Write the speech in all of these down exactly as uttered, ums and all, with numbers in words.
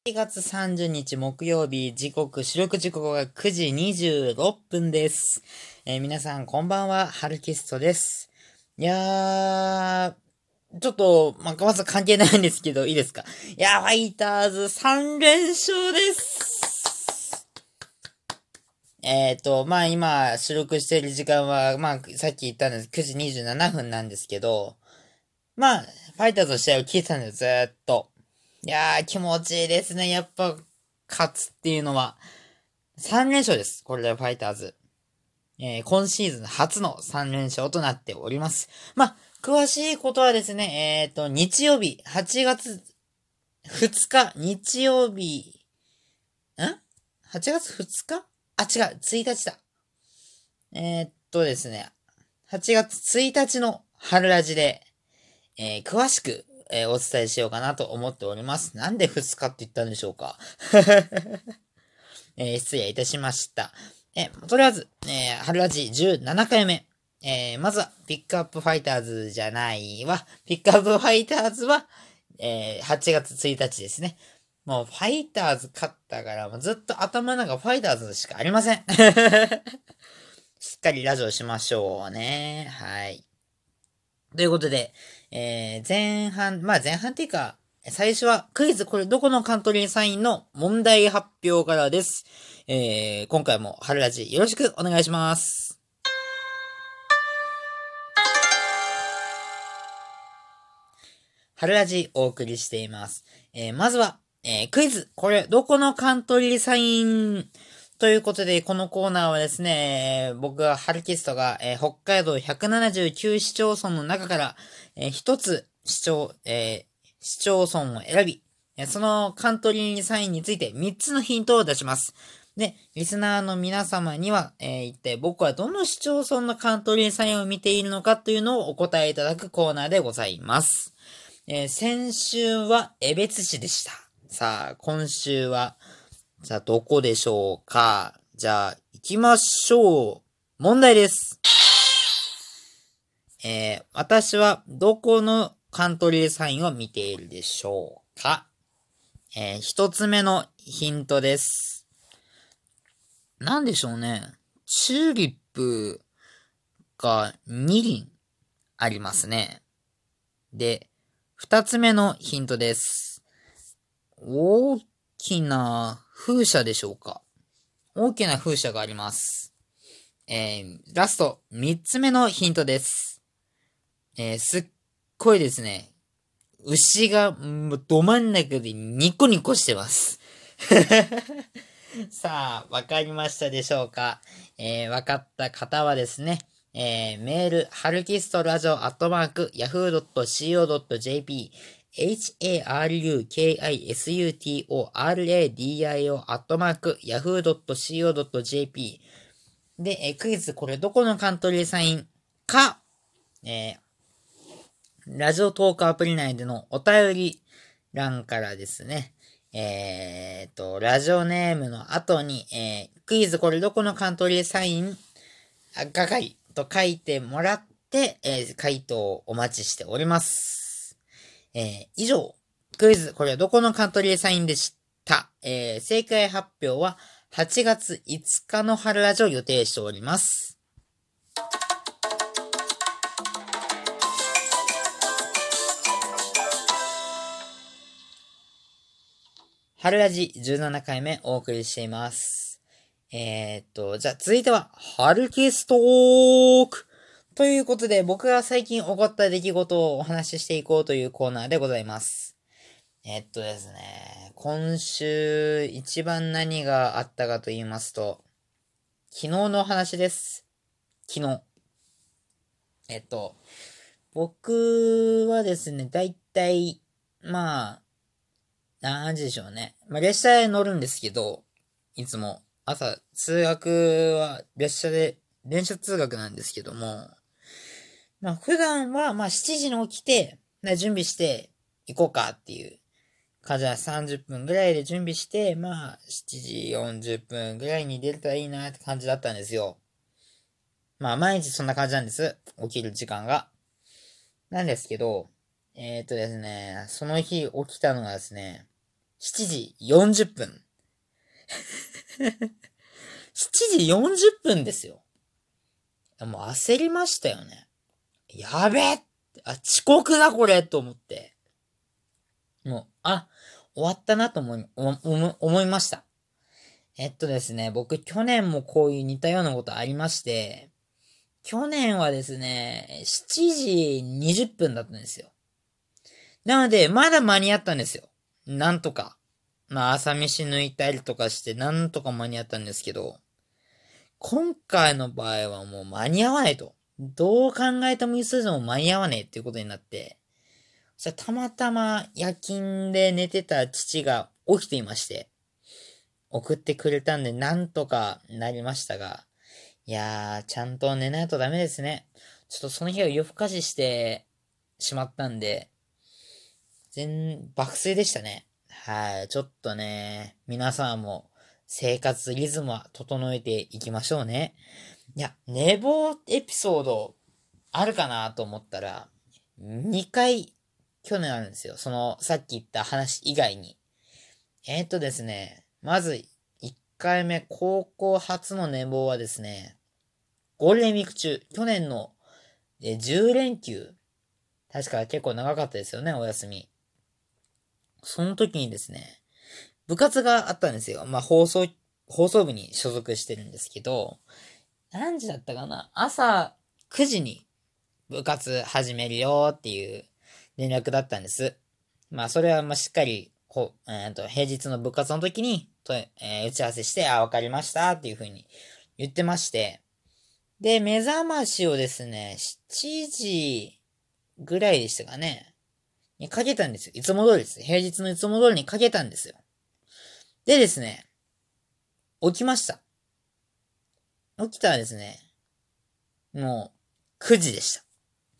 ちがつさんじゅうにち木曜日、時刻、収録時刻がくじにじゅうろっぷんです。えー、皆さんこんばんは、ハルキストです。いやー、ちょっと、まあ、まず関係ないんですけど、いいですか？いやー、ファイターズさんれんしょうです。えっと、まあ今、収録している時間は、まあ、さっき言ったんです、くじにじゅうななふんなんですけど、まあ、ファイターズの試合を聞いてたんです、ずーっと。いやー、気持ちいいですね。やっぱ、勝つっていうのは。さんれんしょうです。これでファイターズ。えー、今シーズン初のさんれんしょうとなっております。まあ、詳しいことはですね、えっと、日曜日、はちがつふつか、日曜日、ん ?はち 月ふつか？あ、違う、ついたちだ。えー、っとですね、はちがつついたちの春ラジで、えー、詳しく、えー、お伝えしようかなと思っております。なんでふつかって言ったんでしょうか。えー、失礼いたしました。えー、とりあえず、えー、春ラジじゅうななかいめ。えー、まずは、ピックアップファイターズじゃないわ。ピックアップファイターズは、えー、はちがつついたちですね。もう、ファイターズ勝ったから、もうずっと頭の中ファイターズしかありません。しっかりラジオしましょうね。はい。ということで、えー、前半、まあ前半っていうか、最初はクイズ、これどこのカントリーサインの問題発表からです。えー、今回も春ラジよろしくお願いします。春ラジお送りしています。えー、まずは、えー、クイズ、これどこのカントリーサインということで、このコーナーはですね、僕がハルキストが、えー、北海道ひゃくななじゅうきゅう市町村の中から、えー、一つ市町、えー、市町村を選び、そのカントリーサインについてみっつのヒントを出します。で、リスナーの皆様には、えー、一体僕はどの市町村のカントリーサインを見ているのかというのをお答えいただくコーナーでございます。えー、先週は江別市でした。さあ、今週は、じゃあどこでしょうか？じゃあ、行きましょう。問題です。えー、私はどこのカントリーサインを見ているでしょうか？えー、一つ目のヒントです。なんでしょうね。チューリップがにりんありますね。で、二つ目のヒントです。大きな風車でしょうか？大きな風車があります。えー、ラスト、三つ目のヒントです。えー、すっごいですね。牛が、ど真ん中でニコニコしてます。さあ、わかりましたでしょうか？えー、わかった方はですね、えー、メール、ハルキストラジオアットマーク、ヤフー ドットシーオー ドット ジェーピー、エイチエーアールユーケーアイエスユーティーオーアールエーディーアイオー アットマーク、ヤフー ドットシーオー ドット ジェーピー で、えー、クイズ、これどこのカントリーサインか、えー、ラジオトークアプリ内でのお便り欄からですね、えーと、ラジオネームの後に、えー、クイズこれどこのカントリーサイン係と書いてもらって、えー、回答をお待ちしております。えー、以上、クイズこれどこのカントリーサインでした。えー、正解発表ははちがついつかの春ラジオを予定しております。春ラジじゅうななかいめお送りしています。えー、っと、じゃあ続いては、春キストークということで、僕が最近起こった出来事をお話ししていこうというコーナーでございます。えー、っとですね、今週一番何があったかと言いますと、昨日の話です。昨日。えっと、僕はですね、だいたい、まあ、何時でしょうね。まあ、列車へ乗るんですけど、いつも、朝、通学は列車で、電車通学なんですけども、まあ、普段は、まあ、しちじに起きて、準備して、行こうかっていう感じはさんじゅっぷんぐらいで準備して、まあ、しちじよんじゅっぷんぐらいに出れたらいいなって感じだったんですよ。まあ、毎日そんな感じなんです。起きる時間が。なんですけど、えーっとですね、その日起きたのがですね、 しちじよんじゅっぷん。しちじよんじゅっぷんですよ。もう焦りましたよね。やべえあ、遅刻だこれと思って。もう、あ、終わったなと思い、思思いました。えっとですね、僕去年もこういう似たようなことありまして、去年はですね、しちじにじゅっぷんだったんですよ。なので、まだ間に合ったんですよ。なんとか。まあ、朝飯抜いたりとかして、なんとか間に合ったんですけど、今回の場合はもう間に合わないと。どう考えても急いでも間に合わねえっていうことになって、そしたらたまたま夜勤で寝てた父が起きていまして、送ってくれたんでなんとかなりましたが、いやー、ちゃんと寝ないとダメですね。ちょっとその日は夜更かししてしまったんで、全、爆睡でしたね。はい。ちょっとね、皆さんも生活リズムは整えていきましょうね。いや、寝坊エピソードあるかなと思ったら、にかい去年あるんですよ。その、さっき言った話以外に。えーとですね、まずいっかいめ、高校初の寝坊はですね、ゴールデンウィーク中、去年のえじゅう連休、確か結構長かったですよね、お休み。その時にですね、部活があったんですよ。まあ、放送、放送部に所属してるんですけど、何時だったかな朝くじに部活始めるよっていう連絡だったんです。まあ、それはまあしっかり、こう、えっと、平日の部活の時に、と、えー打ち合わせして、あ、わかりましたっていう風に言ってまして、で、目覚ましをですね、しちじぐらいでしたかね、にかけたんですよ。いつも通りです。平日のいつも通りにかけたんですよ。でですね、起きました。起きたらですね、もう、くじでした。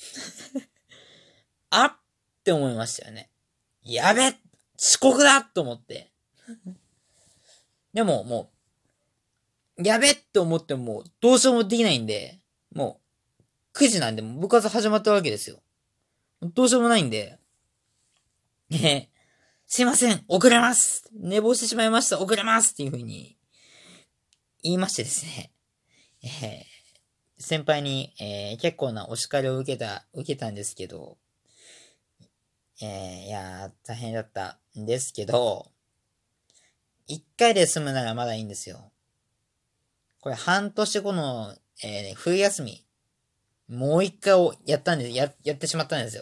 あって思いましたよね。やべ遅刻だと思って。でも、もう、やべって思っても、どうしようもできないんで、もう、くじなんで、部活始まったわけですよ。どうしようもないんで、ねすいません、遅れます寝坊してしまいました、遅れますっていう風に言いましてですね、えー、先輩に、えー、結構なお叱りを受けた、受けたんですけど、えー、いやー、大変だったんですけど、一回で済むならまだいいんですよ。これ半年後の、えー、冬休み、もう一回をやったんです、や、やってしまったんですよ。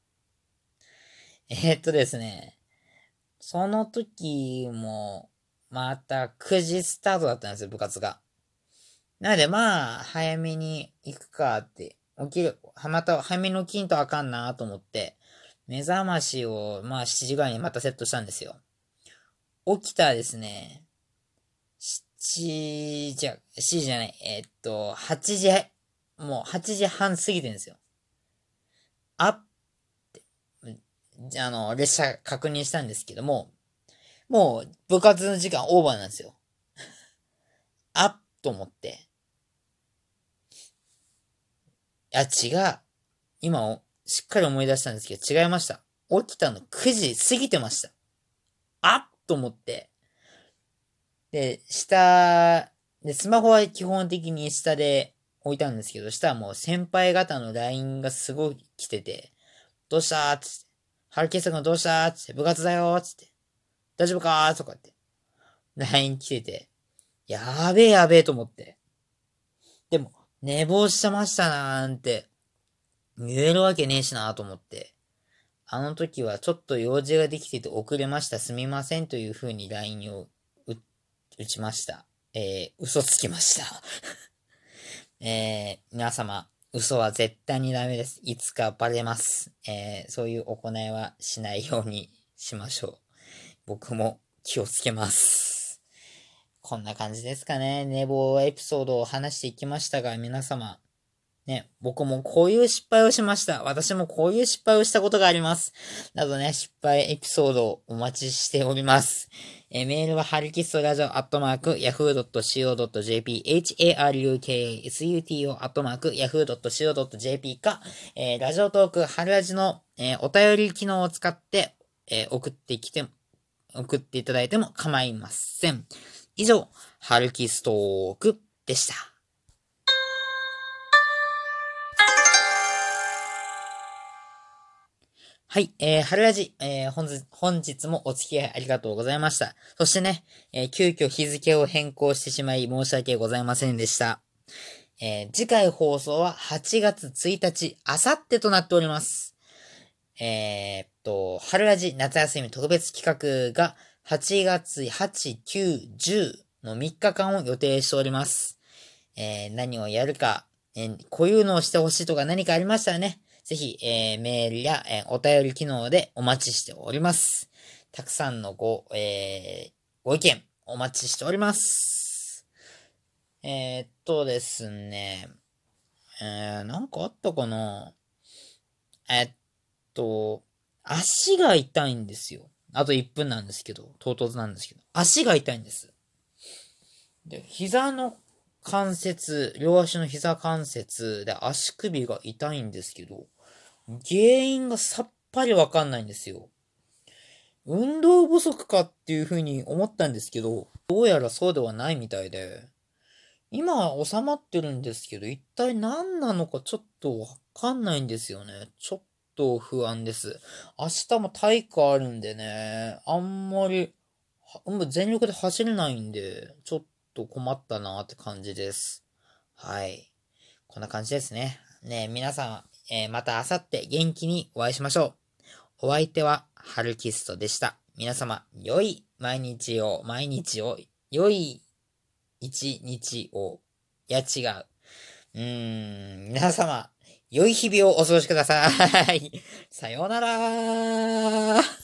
えー、っとですね、その時も、またくじスタートだったんですよ、部活が。なのでまあ、早めに行くかって、起きる、また早めに起きんとあかんなと思って、目覚ましをまあしちじぐらいにまたセットしたんですよ。起きたらですね、しちじゃ、しちじじゃない、えーっと、はちじ、もうはちじはん過ぎてるんですよ。あっ、あの、列車確認したんですけども、もう部活の時間オーバーなんですよ。あっと思って。いや、違う。今、しっかり思い出したんですけど、違いました。起きたのくじ過ぎてました。あっと思って。で、下、で、スマホは基本的に下で置いたんですけど、下はもう先輩方の ライン がすごい来てて、どうしたーつって。ハルケス君どうしたーつって、部活だよーつって。大丈夫かーとかって。ライン 来てて、やーべえやべえと思って。でも、寝坊してましたなーんて、言えるわけねえしなーと思って。あの時はちょっと用事ができてて遅れました。すみませんという風に ライン を打ちました。えー、嘘つきました。えー、皆様、嘘は絶対にダメです。いつかバレます。えー、そういう行いはしないようにしましょう。僕も気をつけます。こんな感じですかね。寝坊エピソードを話していきましたが、皆様、ね、僕もこういう失敗をしました。私もこういう失敗をしたことがあります。などね、失敗エピソードをお待ちしております。えー、メールは、ハルキストラジオアットマーク、ヤフー .co.jp、harukusuto アットマーク、ヤフー .co.jp か、えー、ラジオトーク、ハルラジの、えー、お便り機能を使って、えー、送ってきて、 送っていただいても構いません。以上、春キストークでした。はい、えー、春ラジ、えー、本日、本日もお付き合いありがとうございました。そしてね、えー、急遽日付を変更してしまい申し訳ございませんでした。えー、次回放送ははちがつついたち、あさってとなっております。えー、っと、春ラジ夏休み特別企画がはちがつはち、く、じゅうのみっかかんを予定しております。えー、何をやるか、えー、こういうのをしてほしいとか何かありましたらね、ぜひ、えー、メールや、えー、お便り機能でお待ちしております。たくさんのご、えー、ご意見お待ちしております。えー、っとですね、えー、なんかあったかなえっと、足が痛いんですよ。あといっぷんなんですけど、唐突なんですけど、足が痛いんです。で、膝の関節、両足の膝関節で足首が痛いんですけど、原因がさっぱりわかんないんですよ。運動不足かっていう風に思ったんですけど、どうやらそうではないみたいで、今は収まってるんですけど、一体何なのかちょっとわかんないんですよね。ちょっと不安です。明日も体育あるんでね、あんまり、もう全力で走れないんで、ちょっと困ったなって感じです。はい。こんな感じですね。ねえ、皆さん、えー、また明後日元気にお会いしましょう。お相手は、ハルキストでした。皆様、良い毎日を、毎日を、良い一日を、いや違う。うーん、皆様、良い日々をお過ごしください。さようなら。